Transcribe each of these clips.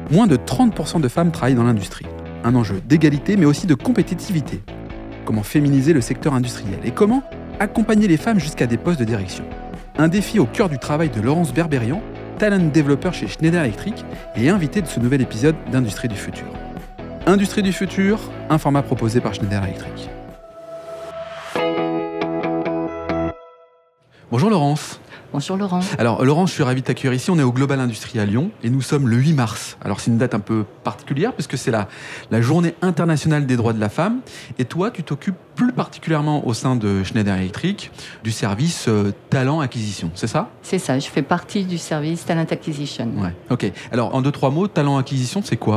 Moins de 30% de femmes travaillent dans l'industrie. Un enjeu d'égalité mais aussi de compétitivité. Comment féminiser le secteur industriel et comment accompagner les femmes jusqu'à des postes de direction. Un défi au cœur du travail de Laurence Berberian, talent développeur chez Schneider Electric et invité de ce nouvel épisode d'Industrie du futur. Industrie du futur, un format proposé par Schneider Electric. Bonjour Laurence. Bonjour Laurent. Alors Laurence, je suis ravi de t'accueillir ici. On est au Global Industrie à Lyon et nous sommes le 8 mars. Alors c'est une date un peu particulière puisque c'est la journée internationale des droits de la femme. Et toi, tu t'occupes plus particulièrement au sein de Schneider Electric du service Talent Acquisition, c'est ça ? C'est ça, je fais partie du service Talent Acquisition. Ouais, ok. Alors en 2-3 mots, Talent Acquisition, c'est quoi ?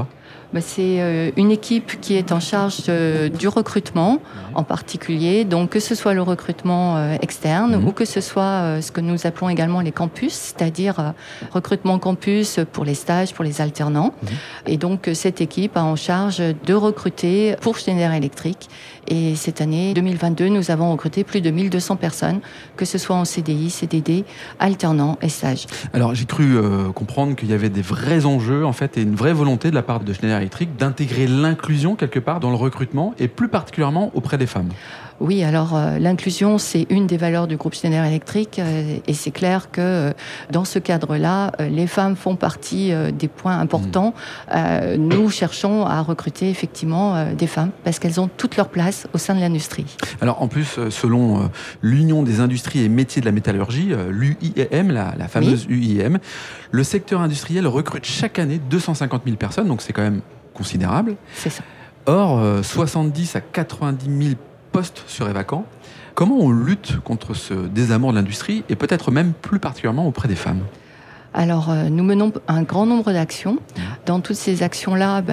C'est une équipe qui est en charge du recrutement en particulier, donc que ce soit le recrutement externe ou que ce soit ce que nous appelons également les campus, c'est-à-dire recrutement campus pour les stages, pour les alternants. Et donc cette équipe a en charge de recruter pour Schneider Electric. Et cette année 2022, nous avons recruté plus de 1200 personnes, que ce soit en CDI, CDD, alternants et stages. Alors j'ai cru comprendre qu'il y avait des vrais enjeux en fait et une vraie volonté de la part de Schneider Electric d'intégrer l'inclusion quelque part dans le recrutement et plus particulièrement auprès des femmes. Oui, alors l'inclusion, c'est une des valeurs du groupe Schneider Electric et c'est clair que dans ce cadre-là, les femmes font partie des points importants. Nous cherchons à recruter effectivement des femmes parce qu'elles ont toute leur place au sein de l'industrie. Alors en plus, selon l'Union des industries et métiers de la métallurgie, l'UIM, la fameuse UIM, le secteur industriel recrute chaque année 250 000 personnes, donc c'est quand même considérable. C'est ça. Or, 70 à 90 000 postes seraient vacants. Comment on lutte contre ce désamour de l'industrie et peut-être même plus particulièrement auprès des femmes ? Alors, nous menons un grand nombre d'actions. Dans toutes ces actions-là,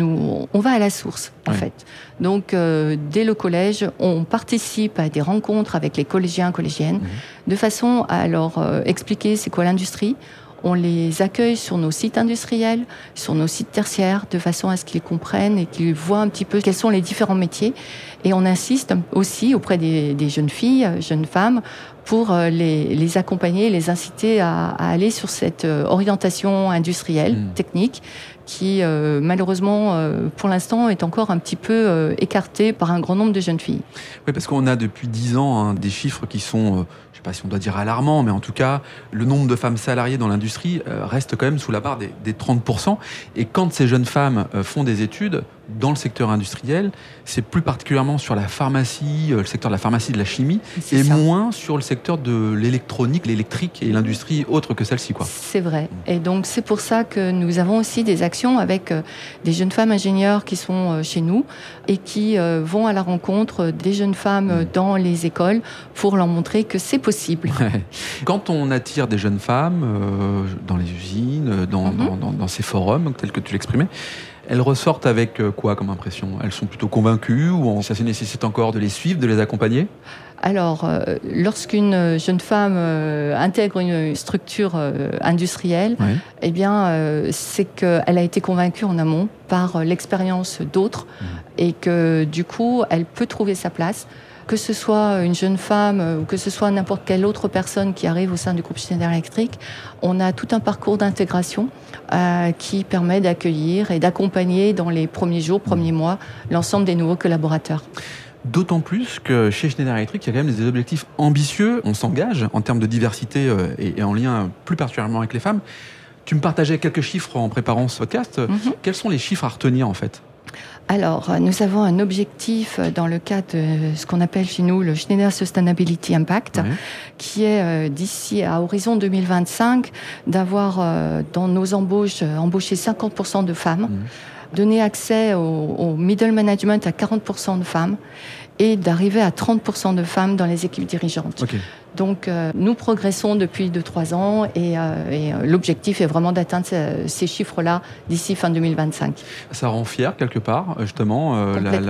on va à la source, en fait. Donc, dès le collège, on participe à des rencontres avec les collégiens, collégiennes, de façon à leur expliquer c'est quoi l'industrie. On les accueille sur nos sites industriels, sur nos sites tertiaires, de façon à ce qu'ils comprennent et qu'ils voient un petit peu quels sont les différents métiers. Et on insiste aussi auprès des jeunes filles, jeunes femmes, pour les accompagner, les inciter à aller sur cette orientation industrielle, technique, qui malheureusement, pour l'instant, est encore un petit peu écartée par un grand nombre de jeunes filles. Oui, parce qu'on a depuis 10 ans des chiffres qui sont, je ne sais pas si on doit dire alarmants, mais en tout cas, le nombre de femmes salariées dans l'industrie reste quand même sous la barre des 30%. Et quand ces jeunes femmes font des études dans le secteur industriel, c'est plus particulièrement sur la pharmacie, le secteur de la pharmacie, de la chimie, et moins sur le secteur de l'électronique, l'électrique et l'industrie autre que celle-ci, quoi. C'est vrai. Et donc, c'est pour ça que nous avons aussi des actions avec des jeunes femmes ingénieurs qui sont chez nous et qui vont à la rencontre des jeunes femmes dans les écoles pour leur montrer que c'est possible. Ouais. Quand on attire des jeunes femmes dans les usines, dans ces forums, tels que tu l'exprimais, elles ressortent avec quoi comme impression ? Elles sont plutôt convaincues ou ça nécessite encore de les suivre, de les accompagner ? Alors, lorsqu'une jeune femme intègre une structure industrielle, eh bien, c'est qu'elle a été convaincue en amont par l'expérience d'autres et que du coup, elle peut trouver sa place. Que ce soit une jeune femme ou que ce soit n'importe quelle autre personne qui arrive au sein du groupe Schneider Electric, on a tout un parcours d'intégration qui permet d'accueillir et d'accompagner dans les premiers jours, premiers mois, l'ensemble des nouveaux collaborateurs. D'autant plus que chez Schneider Electric, il y a quand même des objectifs ambitieux. On s'engage en termes de diversité et en lien plus particulièrement avec les femmes. Tu me partageais quelques chiffres en préparant ce podcast. Quels sont les chiffres à retenir en fait ? Alors, nous avons un objectif dans le cadre de ce qu'on appelle chez nous le Schneider Sustainability Impact, qui est d'ici à horizon 2025 d'avoir dans nos embauches embauché 50% de femmes, donner accès au middle management à 40% de femmes et d'arriver à 30% de femmes dans les équipes dirigeantes. Okay. Donc, nous progressons depuis 2-3 ans et l'objectif est vraiment d'atteindre ces chiffres-là d'ici fin 2025. Ça rend fier quelque part, justement,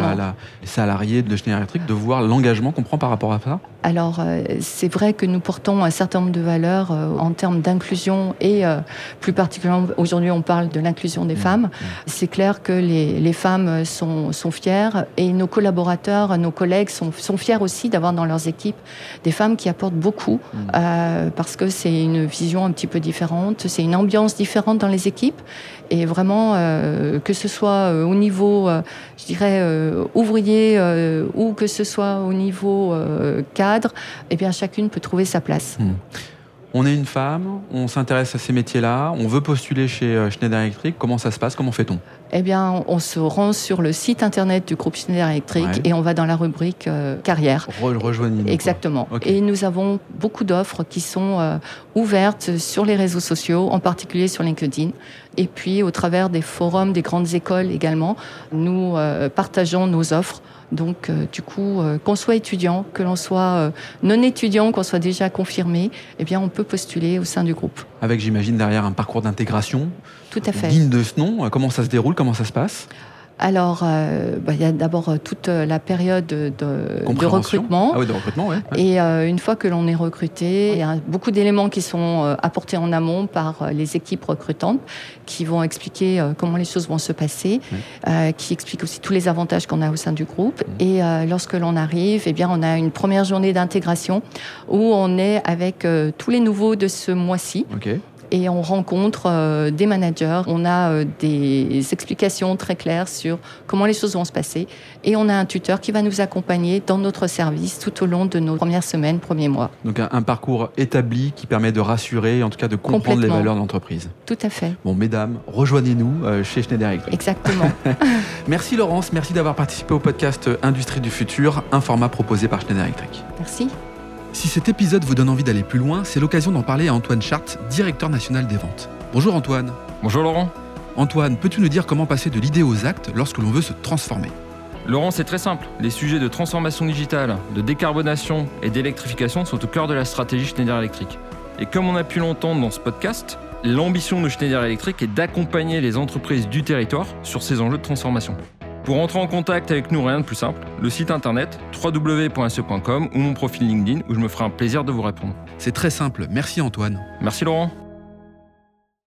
les salariés de Schneider Electric de voir l'engagement qu'on prend par rapport à ça. Alors, c'est vrai que nous portons un certain nombre de valeurs en termes d'inclusion et plus particulièrement, aujourd'hui, on parle de l'inclusion des femmes. C'est clair que les femmes sont fières et nos collaborateurs, nos collègues sont fiers aussi d'avoir dans leurs équipes des femmes qui apportent beaucoup parce que c'est une vision un petit peu différente, c'est une ambiance différente dans les équipes. Et vraiment, que ce soit au niveau, je dirais, ouvrier ou que ce soit au niveau cadre, eh bien, chacune peut trouver sa place. On est une femme, on s'intéresse à ces métiers-là, on veut postuler chez Schneider Electric. Comment ça se passe? Comment fait-on? Eh bien, on se rend sur le site internet du groupe Schneider Electric et on va dans la rubrique carrière. Rejoignez-nous. Exactement. Okay. Et nous avons beaucoup d'offres qui sont ouvertes sur les réseaux sociaux, en particulier sur LinkedIn. Et puis, au travers des forums des grandes écoles également, nous partageons nos offres. Donc, du coup, qu'on soit étudiant, que l'on soit non étudiant, qu'on soit déjà confirmé, eh bien, on peut postuler au sein du groupe. Avec, j'imagine, derrière un parcours d'intégration. Tout à fait. Digne de ce nom. Comment ça se déroule? Comment ça se passe? Alors, il y a d'abord toute la période de recrutement. Ah oui, de recrutement, oui. Et une fois que l'on est recruté, il y a beaucoup d'éléments qui sont apportés en amont par les équipes recrutantes qui vont expliquer comment les choses vont se passer, qui expliquent aussi tous les avantages qu'on a au sein du groupe. Et lorsque l'on arrive, eh bien, on a une première journée d'intégration où on est avec tous les nouveaux de ce mois-ci. Okay. Et on rencontre des managers, on a des explications très claires sur comment les choses vont se passer. Et on a un tuteur qui va nous accompagner dans notre service tout au long de nos premières semaines, premiers mois. Donc un parcours établi qui permet de rassurer, en tout cas de comprendre les valeurs de l'entreprise. Tout à fait. Bon, mesdames, rejoignez-nous chez Schneider Electric. Exactement. Merci Laurence, merci d'avoir participé au podcast Industrie du futur, un format proposé par Schneider Electric. Merci. Si cet épisode vous donne envie d'aller plus loin, c'est l'occasion d'en parler à Antoine Chart, directeur national des ventes. Bonjour Antoine. Bonjour Laurent. Antoine, peux-tu nous dire comment passer de l'idée aux actes lorsque l'on veut se transformer? Laurent, c'est très simple. Les sujets de transformation digitale, de décarbonation et d'électrification sont au cœur de la stratégie Schneider Electric. Et comme on a pu l'entendre dans ce podcast, l'ambition de Schneider Electric est d'accompagner les entreprises du territoire sur ces enjeux de transformation. Pour entrer en contact avec nous, rien de plus simple, le site internet www.se.com ou mon profil LinkedIn où je me ferai un plaisir de vous répondre. C'est très simple, merci Antoine. Merci Laurent.